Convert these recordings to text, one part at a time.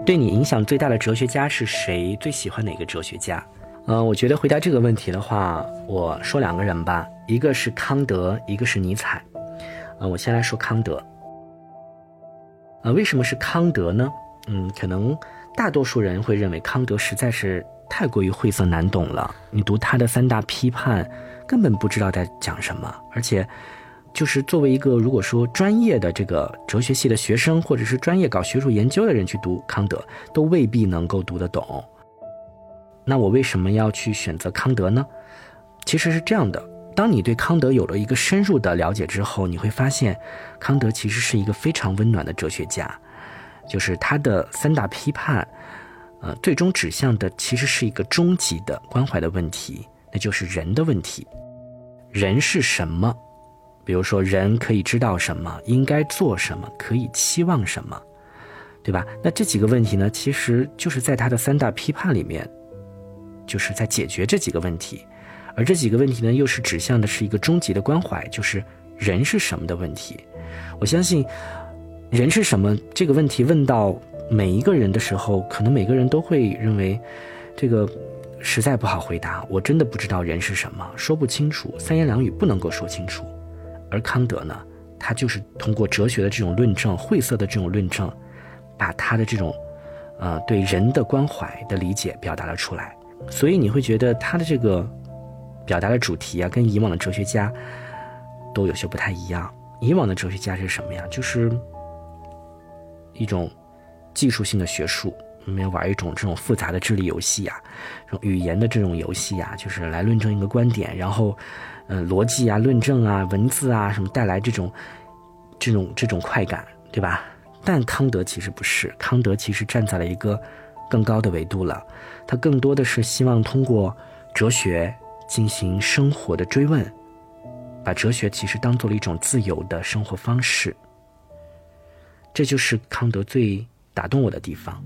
对你影响最大的哲学家是谁？最喜欢哪个哲学家？我觉得回答这个问题的话，我说2个人吧，一个是康德，一个是尼采。我先来说康德。为什么是康德呢？可能大多数人会认为康德实在是太过于晦涩难懂了，你读他的3大批判根本不知道在讲什么，而且就是作为一个如果说专业的这个哲学系的学生，或者是专业搞学术研究的人去读康德，都未必能够读得懂。那我为什么要去选择康德呢？其实是这样的，当你对康德有了一个深入的了解之后，你会发现康德其实是一个非常温暖的哲学家，就是他的3大批判最终指向的其实是一个终极的关怀的问题，那就是人的问题。人是什么？比如说人可以知道什么，应该做什么，可以期望什么，对吧？那这几个问题呢，其实就是在他的3大批判里面就是在解决这几个问题，而这几个问题呢，又是指向的是一个终极的关怀，就是人是什么的问题。我相信人是什么这个问题问到每一个人的时候，可能每个人都会认为这个实在不好回答，我真的不知道人是什么，说不清楚，3言2语不能够说清楚。而康德呢，他就是通过哲学的这种论证，晦涩的这种论证，把他的这种对人的关怀的理解表达了出来。所以你会觉得他的这个表达的主题啊，跟以往的哲学家都有些不太一样。以往的哲学家是什么呀？就是一种技术性的学术，我们玩一种这种复杂的智力游戏啊，这种语言的这种游戏啊，就是来论证一个观点，然后逻辑啊、论证啊、文字啊什么带来这种快感，对吧？但康德其实不是，康德其实站在了一个更高的维度了，他更多的是希望通过哲学进行生活的追问，把哲学其实当做了一种自由的生活方式。这就是康德最打动我的地方。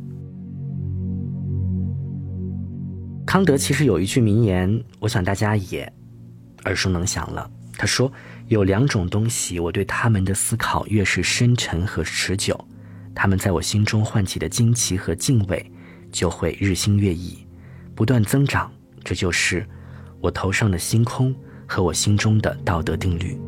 康德其实有一句名言，我想大家也耳熟能详了。他说，有2种东西，我对他们的思考越是深沉和持久，他们在我心中唤起的惊奇和敬畏就会日新月异，不断增长。这就是我头上的星空和我心中的道德定律。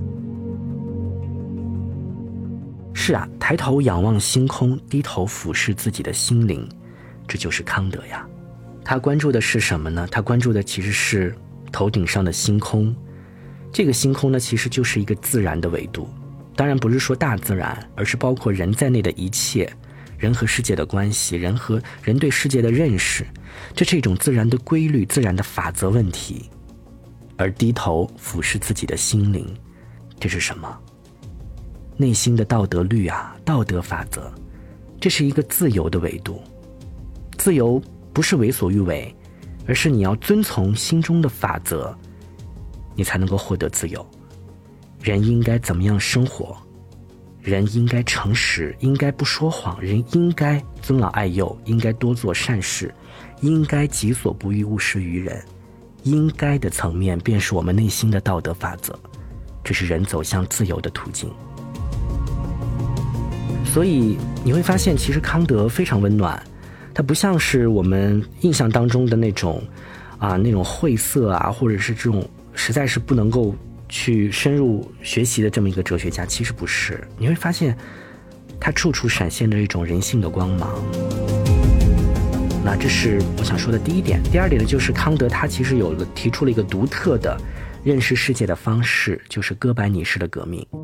是啊，抬头仰望星空，低头俯视自己的心灵，这就是康德呀。他关注的是什么呢？他关注的其实是头顶上的星空。这个星空呢，其实就是一个自然的维度，当然不是说大自然，而是包括人在内的一切，人和世界的关系，人对世界的认识，这是一种自然的规律、自然的法则问题。而低头俯视自己的心灵，这是什么？内心的道德律啊，道德法则，这是一个自由的维度。自由不是为所欲为，而是你要遵从心中的法则，你才能够获得自由。人应该怎么样生活？人应该诚实，应该不说谎，人应该尊老爱幼，应该多做善事，应该己所不欲，勿施于人。应该的层面便是我们内心的道德法则，这是人走向自由的途径。所以你会发现，其实康德非常温暖，他不像是我们印象当中的那种晦涩啊，或者是这种实在是不能够去深入学习的这么一个哲学家，其实不是。你会发现他处处闪现着一种人性的光芒。那这是我想说的第一点。第二点呢，就是康德他其实提出了一个独特的认识世界的方式，就是哥白尼式的革命。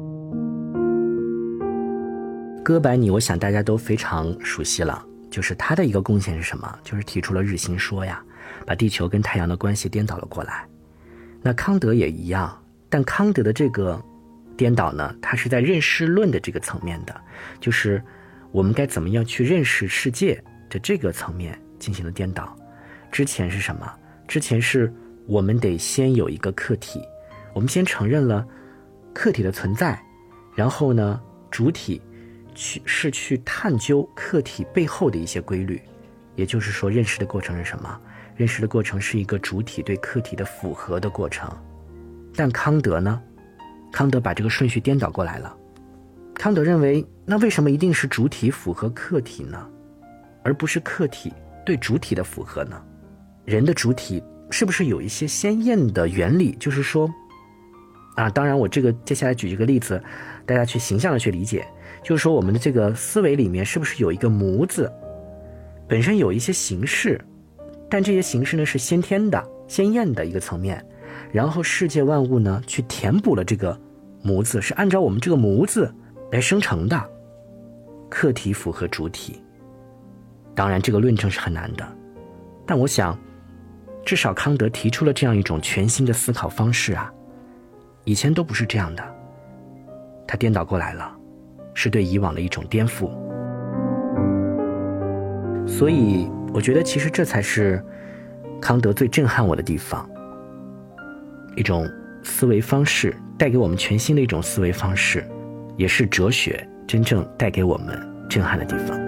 哥白尼我想大家都非常熟悉了，就是他的一个贡献是什么？就是提出了日心说呀，把地球跟太阳的关系颠倒了过来。那康德也一样，但康德的这个颠倒呢，它是在认识论的这个层面的，就是我们该怎么样去认识世界的这个层面进行了颠倒。之前是什么？之前是我们得先有一个客体，我们先承认了客体的存在，然后呢，主体去探究客体背后的一些规律。也就是说，认识的过程是什么？认识的过程是一个主体对客体的符合的过程。但康德呢？康德把这个顺序颠倒过来了。康德认为，那为什么一定是主体符合客体呢？ 而不是客体对主体的符合呢？人的主体是不是有一些鲜艳的原理？就是说当然我这个接下来举一个例子，大家去形象的去理解，就是说我们的这个思维里面是不是有一个模子，本身有一些形式，但这些形式呢是先天的鲜艳的一个层面，然后世界万物呢去填补了这个模子，是按照我们这个模子来生成的。客体符合主体，当然这个论证是很难的，但我想至少康德提出了这样一种全新的思考方式以前都不是这样的，他颠倒过来了，是对以往的一种颠覆。所以我觉得其实这才是康德最震撼我的地方，一种思维方式，带给我们全新的一种思维方式，也是哲学真正带给我们震撼的地方。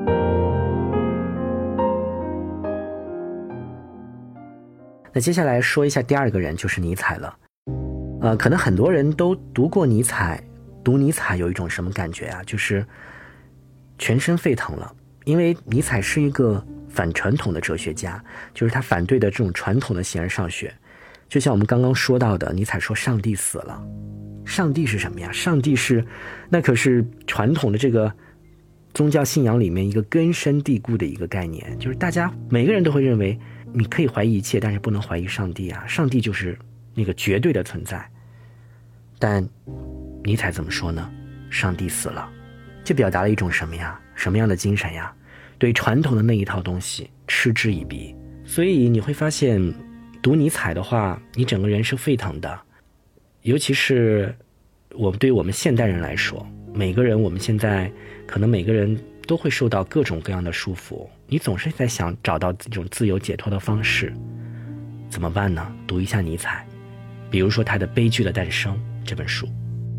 那接下来说一下第二个人，就是尼采了。可能很多人都读过尼采，读尼采有一种什么感觉就是全身沸腾了，因为尼采是一个反传统的哲学家，就是他反对的这种传统的形而上学。就像我们刚刚说到的，尼采说上帝死了。上帝是什么呀？上帝那可是传统的这个宗教信仰里面一个根深蒂固的一个概念，就是大家每个人都会认为你可以怀疑一切，但是不能怀疑上帝上帝就是那个绝对的存在。但尼采怎么说呢？上帝死了，这表达了一种什么呀？什么样的精神呀？对传统的那一套东西嗤之以鼻。所以你会发现读尼采的话，你整个人是沸腾的。尤其是对于我们现代人来说，每个人我们现在可能每个人都会受到各种各样的束缚，你总是在想找到这种自由解脱的方式，怎么办呢？读一下尼采，比如说他的《悲剧的诞生》这本书。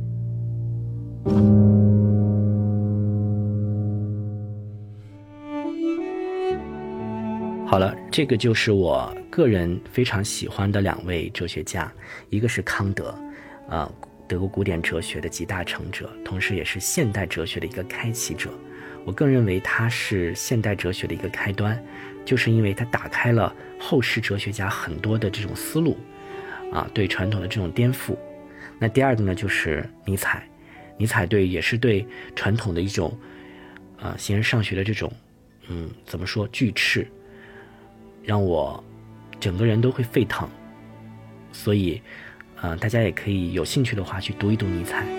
好了，这个就是我个人非常喜欢的两位哲学家，一个是康德，德国古典哲学的集大成者，同时也是现代哲学的一个开启者。我更认为他是现代哲学的一个开端，就是因为他打开了后世哲学家很多的这种思路，对传统的这种颠覆。那第二个呢，就是尼采。尼采也是对传统的一种形而上学的这种怎么说拒斥，让我整个人都会沸腾。所以大家也可以有兴趣的话去读一读尼采。